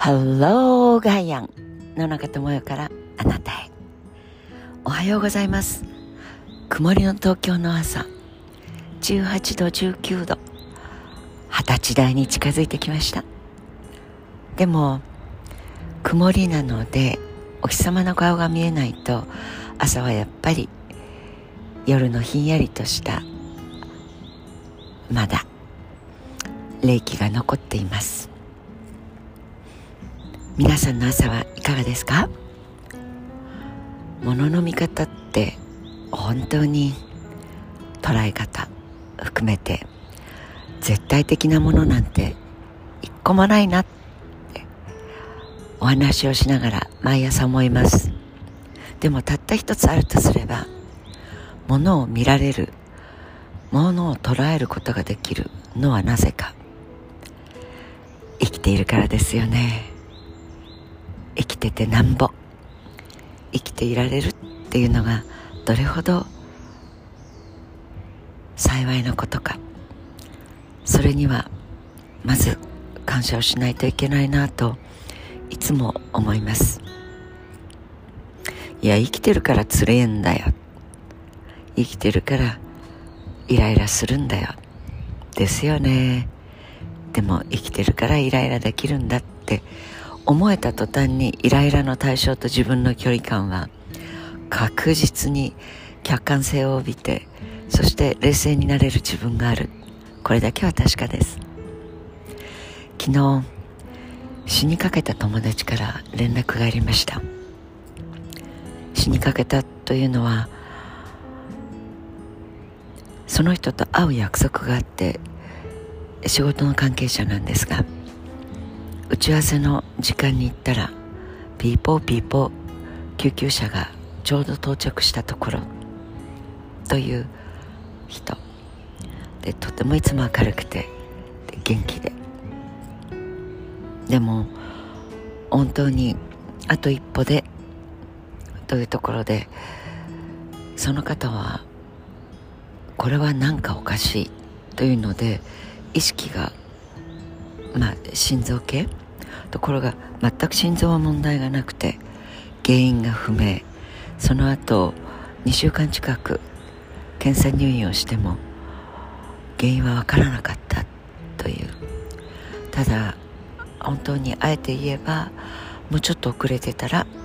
ハローガイアン野中智代からあなたへ。おはようございます。曇りの東京の朝、18度19度、20歳代に近づいてきました。でも曇りなのでお日様の顔が見えないと、朝はやっぱり夜のひんやりとしたまだ冷気が残っています。皆さんの朝はいかがですか？物の見方って本当に捉え方含めて絶対的なものなんて一個もないなってお話をしながら毎朝思います。でもたった一つあるとすれば、物を見られる、物を捉えることができるのはなぜか、生きているからですよね。生きててなんぼ、生きていられるっていうのがどれほど幸いなことか、それにはまず感謝をしないといけないなといつも思います。いや、生きてるからつれえんだよ、生きてるからイライラするんだよですよね。でも生きてるからイライラできるんだって思えた途端に、イライラの対象と自分の距離感は確実に客観性を帯びて、そして冷静になれる自分がある。これだけは確かです。昨日死にかけた友達から連絡がありました。死にかけたというのは、その人と会う約束があって、仕事の関係者なんですが、打ち合わせの時間に行ったら、ピーポー救急車がちょうど到着したところという人で、とてもいつも明るくて元気で、でも本当にあと一歩でというところで、その方はこれは何かおかしいというので、意識が心臓系、ところが全く心臓は問題がなくて原因が不明。その後2週間近く検査入院をしても原因は分からなかったという。ただ本当にあえて言えば、もうちょっと遅れてたら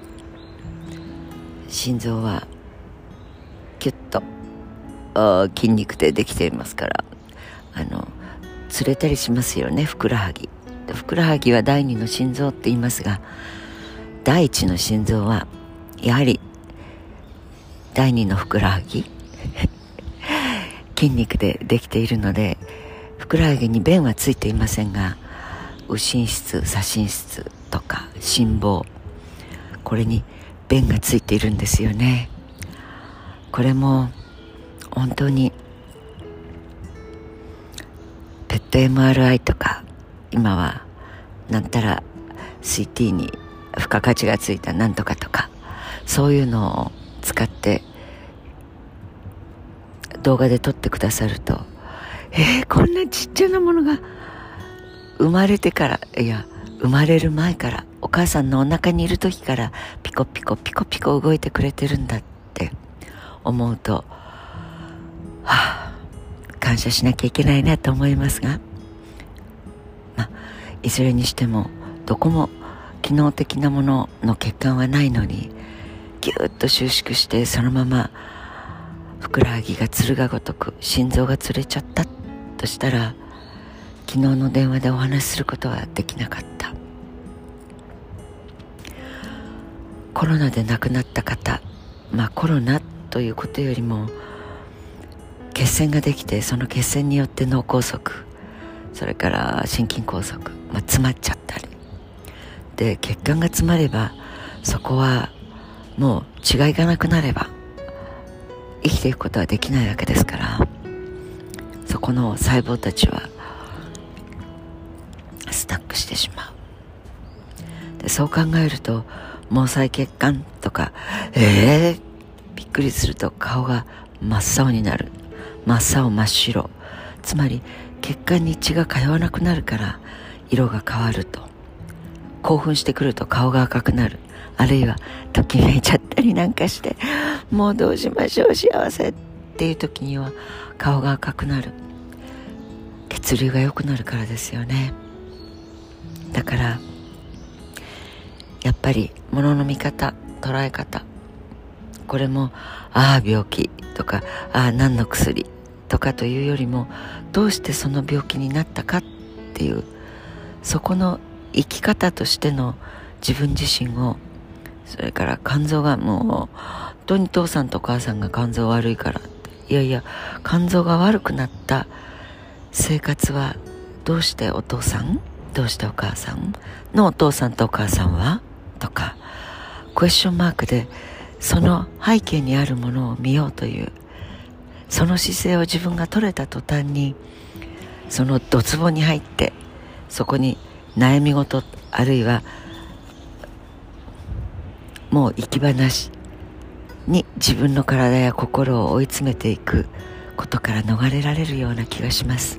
心臓はキュッと筋肉でできていますから、釣れたりしますよね。ふくらはぎは第二の心臓って言いますが、第一の心臓はやはり第二のふくらはぎ筋肉でできているので、ふくらはぎに弁はついていませんが、右心室左心室とか心房、これに弁がついているんですよね。これも本当にペット MRI とか、今はなんたら CT に付加価値がついたなんとかとか、そういうのを使って動画で撮ってくださると、こんなちっちゃなものが生まれてから、いや生まれる前から、お母さんのお腹にいる時からピコピコピコピコ動いてくれてるんだって思うと、感謝しなきゃいけないなと思いますが、いずれにしてもどこも機能的なものの血管はないのに、ぎゅーっと収縮して、そのままふくらはぎがつるがごとく心臓がつれちゃったとしたら、昨日の電話でお話しすることはできなかった。コロナで亡くなった方、コロナということよりも血栓ができて、その血栓によって脳梗塞、それから心筋梗塞、詰まっちゃったりで、血管が詰まれば、そこはもう違いがなくなれば生きていくことはできないわけですから、そこの細胞たちはスタックしてしまう。でそう考えると、毛細血管とかびっくりすると顔が真っ青になる。真っ青真っ白、つまり血管に血が通わなくなるから色が変わると。 興奮してくると顔が赤くなる、あるいはときめいちゃったりなんかして、もうどうしましょう幸せっていう時には顔が赤くなる。血流が良くなるからですよね。だからやっぱり物の見方、捉え方、これもああ病気とかああ何の薬とかというよりも、どうしてその病気になったかっていう、そこの生き方としての自分自身を、それから肝臓がもう本当に父さんと母さんが肝臓悪いからって、いやいや肝臓が悪くなった生活はどうしてお父さん、どうしてお母さんのお父さんとお母さんはとか、クエスチョンマークでその背景にあるものを見ようという、その姿勢を自分が取れた途端に、そのドツボに入って、そこに悩み事、あるいはもう行き場なしに自分の体や心を追い詰めていくことから逃れられるような気がします。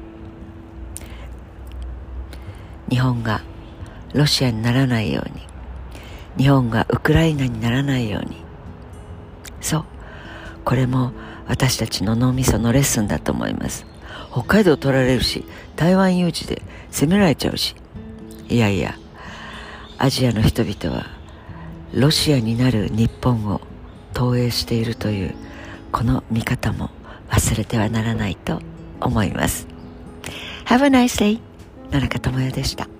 日本がロシアにならないように、日本がウクライナにならないように、そう、これも私たちの脳みそのレッスンだと思います。北海道取られるし、台湾有事で攻められちゃうし、いやいや、アジアの人々はロシアになる日本を投影しているという、この見方も忘れてはならないと思います。Have a nice day。野中智代でした。